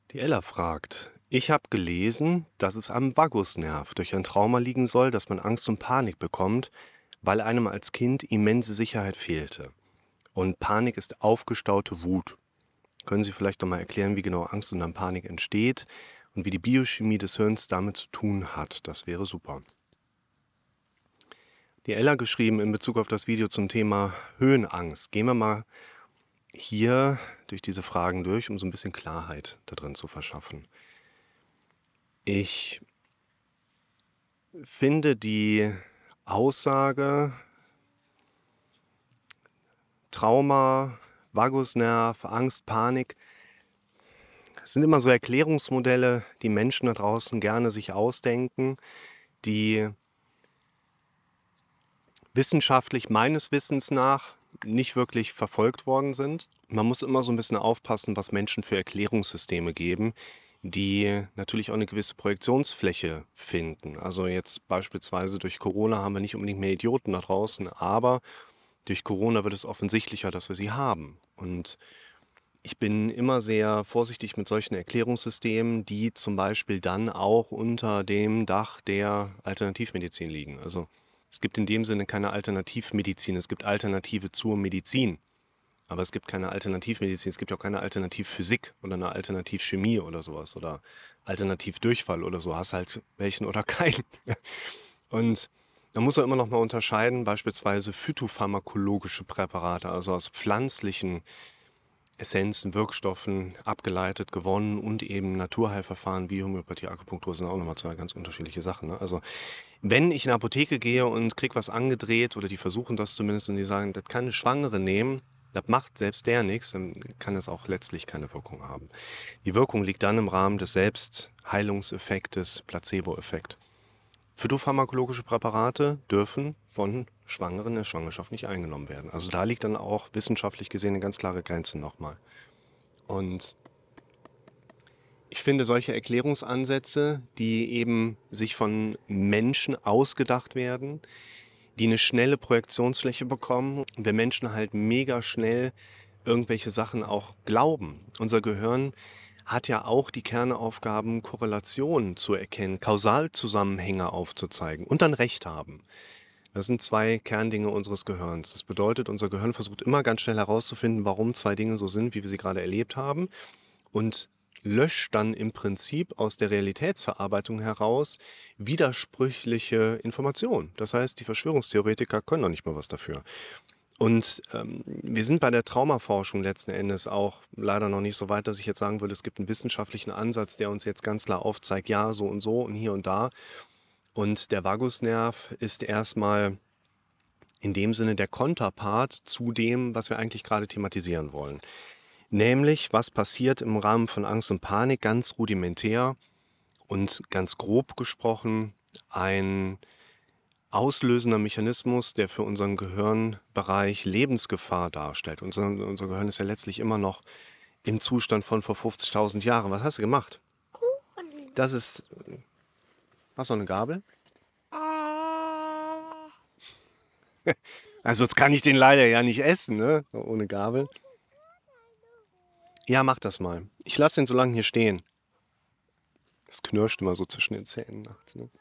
Die Ella fragt: Ich habe gelesen, dass es am Vagusnerv durch ein Trauma liegen soll, dass man Angst und Panik bekommt, weil einem als Kind immense Sicherheit fehlte. Und Panik ist aufgestaute Wut. Können Sie vielleicht noch mal erklären, wie genau Angst und dann Panik entsteht und wie die Biochemie des Hirns damit zu tun hat? Das wäre super. Die Ella geschrieben in Bezug auf das Video zum Thema Höhenangst. Gehen wir mal hier durch diese Fragen durch, um so ein bisschen Klarheit da drin zu verschaffen. Ich finde die Aussage, Trauma, Vagusnerv, Angst, Panik, das sind immer so Erklärungsmodelle, die Menschen da draußen gerne sich ausdenken, die wissenschaftlich meines Wissens nach nicht wirklich verfolgt worden sind. Man muss immer so ein bisschen aufpassen, was Menschen für Erklärungssysteme geben, die natürlich auch eine gewisse Projektionsfläche finden. Also jetzt beispielsweise durch Corona haben wir nicht unbedingt mehr Idioten da draußen, aber durch Corona wird es offensichtlicher, dass wir sie haben. Und ich bin immer sehr vorsichtig mit solchen Erklärungssystemen, die zum Beispiel dann auch unter dem Dach der Alternativmedizin liegen. Also es gibt in dem Sinne keine Alternativmedizin, es gibt Alternative zur Medizin. Aber es gibt keine Alternativmedizin, es gibt auch keine Alternativphysik oder eine Alternativchemie oder sowas oder Alternativdurchfall oder so. Hast halt welchen oder keinen. Und da muss man immer noch mal unterscheiden, beispielsweise phytopharmakologische Präparate, also aus pflanzlichen Essenzen, Wirkstoffen abgeleitet, gewonnen und eben Naturheilverfahren wie Homöopathie, Akupunktur sind auch nochmal zwei ganz unterschiedliche Sachen. Ne? Also wenn ich in eine Apotheke gehe und krieg was angedreht oder die versuchen das zumindest und die sagen, das kann eine Schwangere nehmen, das macht selbst der nichts, dann kann es auch letztlich keine Wirkung haben. Die Wirkung liegt dann im Rahmen des Selbstheilungseffektes, Placebo-Effekt. Phytopharmakologische Präparate dürfen von Schwangeren in der Schwangerschaft nicht eingenommen werden. Also da liegt dann auch wissenschaftlich gesehen eine ganz klare Grenze nochmal. Und ich finde solche Erklärungsansätze, die eben sich von Menschen ausgedacht werden, die eine schnelle Projektionsfläche bekommen und wir Menschen halt mega schnell irgendwelche Sachen auch glauben. Unser Gehirn hat ja auch die Kernaufgaben, Korrelationen zu erkennen, Kausalzusammenhänge aufzuzeigen und dann Recht haben. Das sind zwei Kerndinge unseres Gehirns. Das bedeutet, unser Gehirn versucht immer ganz schnell herauszufinden, warum zwei Dinge so sind, wie wir sie gerade erlebt haben und löscht dann im Prinzip aus der Realitätsverarbeitung heraus widersprüchliche Informationen. Das heißt, die Verschwörungstheoretiker können noch nicht mal was dafür. Und wir sind bei der Traumaforschung letzten Endes auch leider noch nicht so weit, dass ich jetzt sagen würde, es gibt einen wissenschaftlichen Ansatz, der uns jetzt ganz klar aufzeigt, ja, so und hier und da. Und der Vagusnerv ist erstmal in dem Sinne der Konterpart zu dem, was wir eigentlich gerade thematisieren wollen. Nämlich, was passiert im Rahmen von Angst und Panik, ganz rudimentär und ganz grob gesprochen, ein auslösender Mechanismus, der für unseren Gehirnbereich Lebensgefahr darstellt. Unser Gehirn ist ja letztlich immer noch im Zustand von vor 50.000 Jahren. Was hast du gemacht? Kuchen. Das ist. Hast du noch eine Gabel? Äh, Also, jetzt kann ich den leider ja nicht essen, ne? So ohne Gabel. Ja, mach das mal. Ich lasse den so lange hier stehen. Das knirscht immer so zwischen den Zähnen nachts, ne?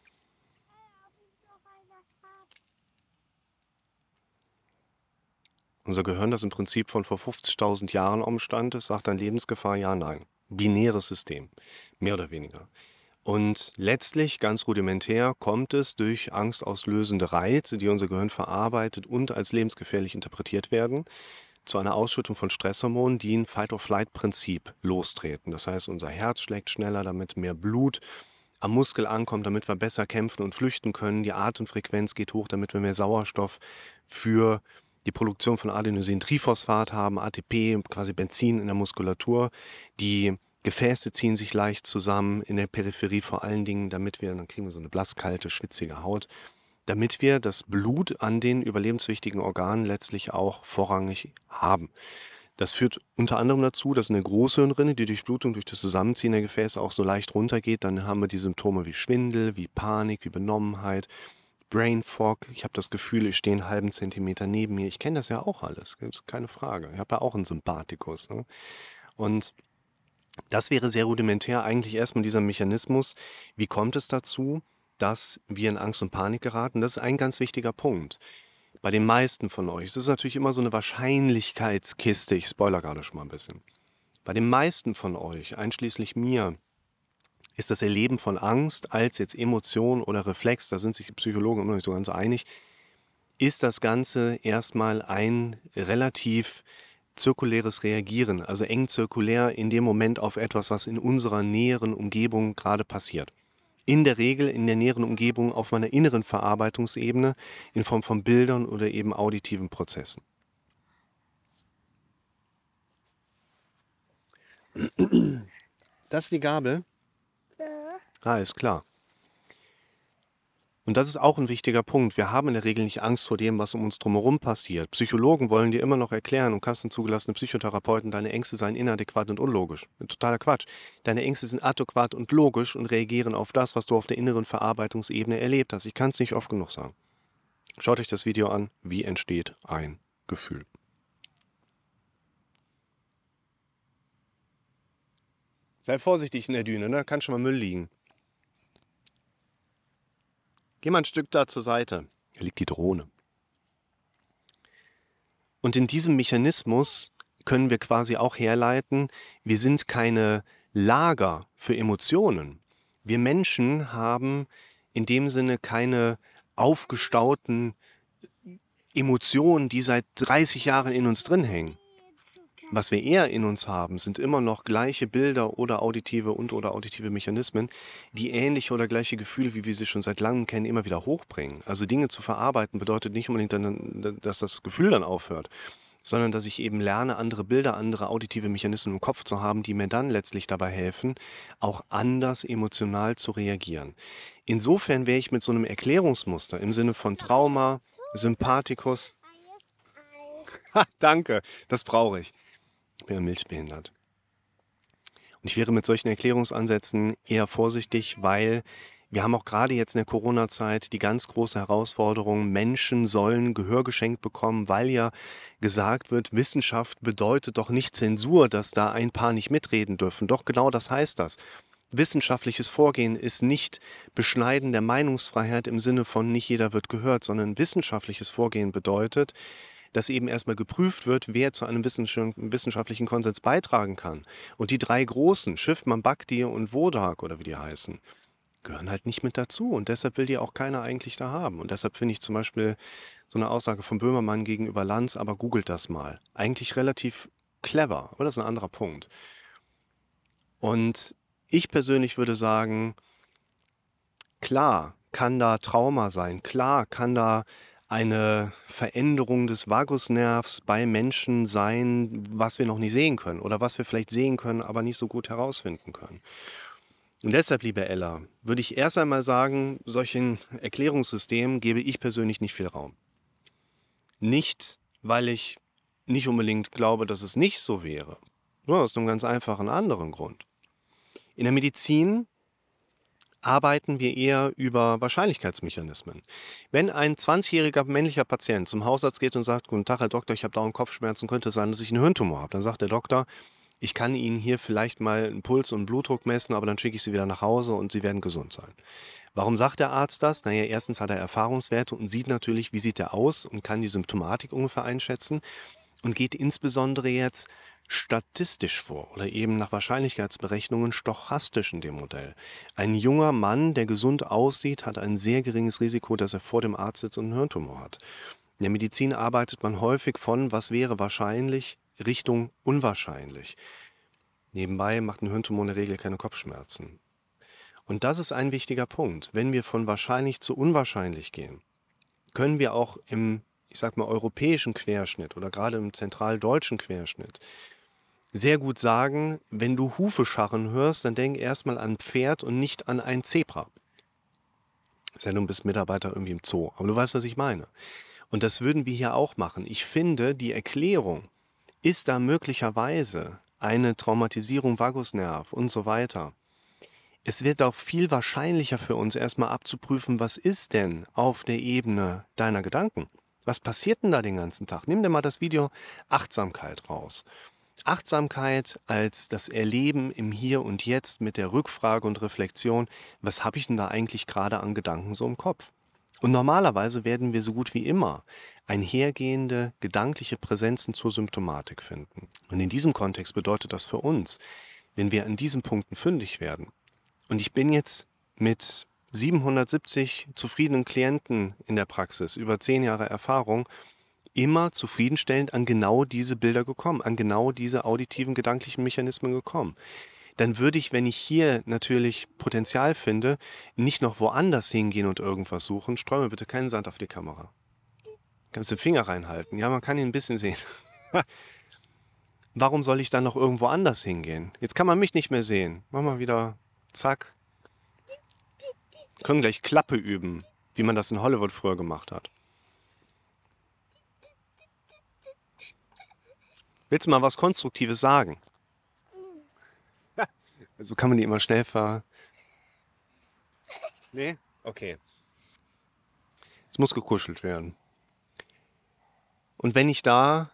Unser Gehirn, das im Prinzip von vor 50.000 Jahren am Stand ist, sagt dann Lebensgefahr, ja, nein. Binäres System, mehr oder weniger. Und letztlich, ganz rudimentär, kommt es durch angstauslösende Reize, die unser Gehirn verarbeitet und als lebensgefährlich interpretiert werden, zu einer Ausschüttung von Stresshormonen, die ein Fight-or-Flight-Prinzip lostreten. Das heißt, unser Herz schlägt schneller, damit mehr Blut am Muskel ankommt, damit wir besser kämpfen und flüchten können. Die Atemfrequenz geht hoch, damit wir mehr Sauerstoff für die Produktion von Adenosintriphosphat haben, ATP, quasi Benzin in der Muskulatur. Die Gefäße ziehen sich leicht zusammen, in der Peripherie vor allen Dingen, damit wir, dann kriegen wir so eine blasskalte, schwitzige Haut, damit wir das Blut an den überlebenswichtigen Organen letztlich auch vorrangig haben. Das führt unter anderem dazu, dass in der Großhirnrinde die Durchblutung durch das Zusammenziehen der Gefäße auch so leicht runtergeht. Dann haben wir die Symptome wie Schwindel, wie Panik, wie Benommenheit, Brain Fog. Ich habe das Gefühl, ich stehe einen halben Zentimeter neben mir. Ich kenne das ja auch alles, ist keine Frage. Ich habe ja auch einen Sympathikus. Ne? Und Das wäre sehr rudimentär eigentlich erstmal dieser Mechanismus. Wie kommt es dazu, dass wir in Angst und Panik geraten? Das ist ein ganz wichtiger Punkt. Bei den meisten von euch, es ist natürlich immer so eine Wahrscheinlichkeitskiste, ich spoilere gerade schon mal ein bisschen. Bei den meisten von euch, einschließlich mir, ist das Erleben von Angst als jetzt Emotion oder Reflex, da sind sich die Psychologen immer noch nicht so ganz einig, ist das Ganze erstmal ein relativ zirkuläres Reagieren, also eng zirkulär in dem Moment auf etwas, was in unserer näheren Umgebung gerade passiert. In der Regel in der näheren Umgebung auf meiner inneren Verarbeitungsebene in Form von Bildern oder eben auditiven Prozessen. Das ist die Gabel? Ah, ist klar. Und das ist auch ein wichtiger Punkt. Wir haben in der Regel nicht Angst vor dem, was um uns drumherum passiert. Psychologen wollen dir immer noch erklären und kastenzugelassene Psychotherapeuten, deine Ängste seien inadäquat und unlogisch. Totaler Quatsch. Deine Ängste sind adäquat und logisch und reagieren auf das, was du auf der inneren Verarbeitungsebene erlebt hast. Ich kann es nicht oft genug sagen. Schaut euch das Video an. Wie entsteht ein Gefühl? Sei vorsichtig in der Düne, da kann schon mal Müll liegen. Geh mal ein Stück da zur Seite. Hier liegt die Drohne. Und in diesem Mechanismus können wir quasi auch herleiten, wir sind keine Lager für Emotionen. Wir Menschen haben in dem Sinne keine aufgestauten Emotionen, die seit 30 Jahren in uns drin hängen. Was wir eher in uns haben, sind immer noch gleiche Bilder oder auditive Mechanismen, die ähnliche oder gleiche Gefühle, wie wir sie schon seit langem kennen, immer wieder hochbringen. Also Dinge zu verarbeiten bedeutet nicht unbedingt, dass das Gefühl dann aufhört, sondern dass ich eben lerne, andere Bilder, andere auditive Mechanismen im Kopf zu haben, die mir dann letztlich dabei helfen, auch anders emotional zu reagieren. Insofern wäre ich mit so einem Erklärungsmuster im Sinne von Trauma, Sympathikus, danke, das brauche ich. Ich bin ja milzbehindert. Und ich wäre mit solchen Erklärungsansätzen eher vorsichtig, weil wir haben auch gerade jetzt in der Corona-Zeit die ganz große Herausforderung, Menschen sollen Gehör geschenkt bekommen, weil ja gesagt wird, Wissenschaft bedeutet doch nicht Zensur, dass da ein paar nicht mitreden dürfen. Doch genau das heißt das. Wissenschaftliches Vorgehen ist nicht Beschneiden der Meinungsfreiheit im Sinne von nicht jeder wird gehört, sondern wissenschaftliches Vorgehen bedeutet, dass eben erstmal geprüft wird, wer zu einem wissenschaftlichen Konsens beitragen kann. Und die drei Großen, Schiffmann, Bhakti und Wodak oder wie die heißen, gehören halt nicht mit dazu. Und deshalb will die auch keiner eigentlich da haben. Und deshalb finde ich zum Beispiel so eine Aussage von Böhmermann gegenüber Lanz, aber googelt das mal. Eigentlich relativ clever, aber das ist ein anderer Punkt. Und ich persönlich würde sagen, klar kann da Trauma sein, klar kann da eine Veränderung des Vagusnervs bei Menschen sein, was wir noch nicht sehen können oder was wir vielleicht sehen können, aber nicht so gut herausfinden können. Und deshalb, liebe Ella, würde ich erst einmal sagen, solchen Erklärungssystemen gebe ich persönlich nicht viel Raum. Nicht, weil ich nicht unbedingt glaube, dass es nicht so wäre, nur aus einem ganz einfachen anderen Grund. In der Medizin arbeiten wir eher über Wahrscheinlichkeitsmechanismen. Wenn ein 20-jähriger männlicher Patient zum Hausarzt geht und sagt, guten Tag, Herr Doktor, ich habe dauernd Kopfschmerzen, könnte sein, dass ich einen Hirntumor habe. Dann sagt der Doktor, ich kann Ihnen hier vielleicht mal einen Puls und einen Blutdruck messen, aber dann schicke ich Sie wieder nach Hause und Sie werden gesund sein. Warum sagt der Arzt das? Naja, erstens hat er Erfahrungswerte und sieht natürlich, wie sieht er aus und kann die Symptomatik ungefähr einschätzen und geht insbesondere jetzt statistisch vor oder eben nach Wahrscheinlichkeitsberechnungen stochastisch in dem Modell. Ein junger Mann, der gesund aussieht, hat ein sehr geringes Risiko, dass er vor dem Arzt sitzt und einen Hirntumor hat. In der Medizin arbeitet man häufig von, was wäre wahrscheinlich, Richtung unwahrscheinlich. Nebenbei macht ein Hirntumor in der Regel keine Kopfschmerzen. Und das ist ein wichtiger Punkt. Wenn wir von wahrscheinlich zu unwahrscheinlich gehen, können wir auch im, ich sag mal, europäischen Querschnitt oder gerade im zentraldeutschen Querschnitt sehr gut sagen, wenn du Hufe scharren hörst, dann denk erstmal an Pferd und nicht an ein Zebra. Sei du bist Mitarbeiter irgendwie im Zoo, aber du weißt, was ich meine. Und das würden wir hier auch machen. Ich finde, die Erklärung, ist da möglicherweise eine Traumatisierung Vagusnerv und so weiter. Es wird auch viel wahrscheinlicher für uns erstmal abzuprüfen, was ist denn auf der Ebene deiner Gedanken? Was passiert denn da den ganzen Tag? Nimm dir mal das Video Achtsamkeit raus. Achtsamkeit als das Erleben im Hier und Jetzt mit der Rückfrage und Reflexion, was habe ich denn da eigentlich gerade an Gedanken so im Kopf? Und normalerweise werden wir so gut wie immer einhergehende gedankliche Präsenzen zur Symptomatik finden. Und in diesem Kontext bedeutet das für uns, wenn wir an diesen Punkten fündig werden, und ich bin jetzt mit 770 zufriedenen Klienten in der Praxis, über 10 Jahre Erfahrung, immer zufriedenstellend an genau diese Bilder gekommen, an genau diese auditiven gedanklichen Mechanismen gekommen. Dann würde ich, wenn ich hier natürlich Potenzial finde, nicht noch woanders hingehen und irgendwas suchen. Streu mir bitte keinen Sand auf die Kamera. Kannst du den Finger reinhalten? Ja, man kann ihn ein bisschen sehen. Warum soll ich dann noch irgendwo anders hingehen? Jetzt kann man mich nicht mehr sehen. Mach mal wieder, zack. Können gleich Klappe üben, wie man das in Hollywood früher gemacht hat. Willst du mal was Konstruktives sagen? Also kann man die immer schnell Nee? Okay. Es muss gekuschelt werden. Und wenn ich da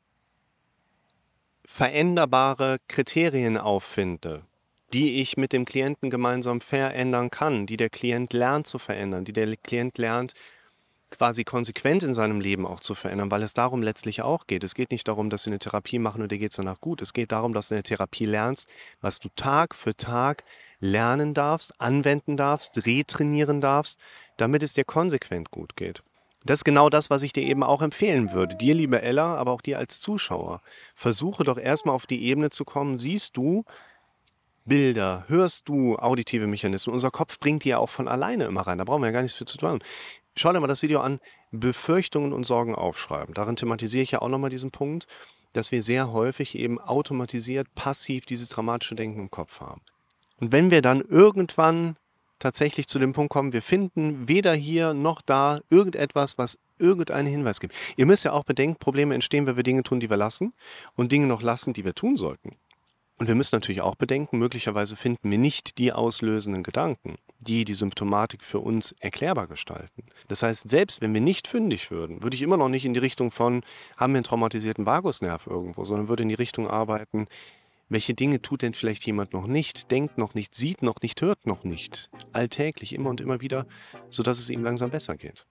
veränderbare Kriterien auffinde, die ich mit dem Klienten gemeinsam verändern kann, die der Klient lernt zu verändern, die der Klient lernt, quasi konsequent in seinem Leben auch zu verändern, weil es darum letztlich auch geht. Es geht nicht darum, dass wir eine Therapie machen und dir geht es danach gut. Es geht darum, dass du in der Therapie lernst, was du Tag für Tag lernen darfst, anwenden darfst, retrainieren darfst, damit es dir konsequent gut geht. Das ist genau das, was ich dir eben auch empfehlen würde. Dir, liebe Ella, aber auch dir als Zuschauer. Versuche doch erstmal auf die Ebene zu kommen. Siehst du Bilder, hörst du auditive Mechanismen? Unser Kopf bringt die ja auch von alleine immer rein. Da brauchen wir ja gar nichts für zu tun. Schau dir mal das Video an, Befürchtungen und Sorgen aufschreiben. Darin thematisiere ich ja auch nochmal diesen Punkt, dass wir sehr häufig eben automatisiert, passiv dieses dramatische Denken im Kopf haben. Und wenn wir dann irgendwann tatsächlich zu dem Punkt kommen, wir finden weder hier noch da irgendetwas, was irgendeinen Hinweis gibt. Ihr müsst ja auch bedenken, Probleme entstehen, wenn wir Dinge tun, die wir lassen und Dinge noch lassen, die wir tun sollten. Und wir müssen natürlich auch bedenken, möglicherweise finden wir nicht die auslösenden Gedanken, die die Symptomatik für uns erklärbar gestalten. Das heißt, selbst wenn wir nicht fündig würden, würde ich immer noch nicht in die Richtung von, haben wir einen traumatisierten Vagusnerv irgendwo, sondern würde in die Richtung arbeiten, welche Dinge tut denn vielleicht jemand noch nicht, denkt noch nicht, sieht noch nicht, hört noch nicht, alltäglich immer und immer wieder, sodass es ihm langsam besser geht.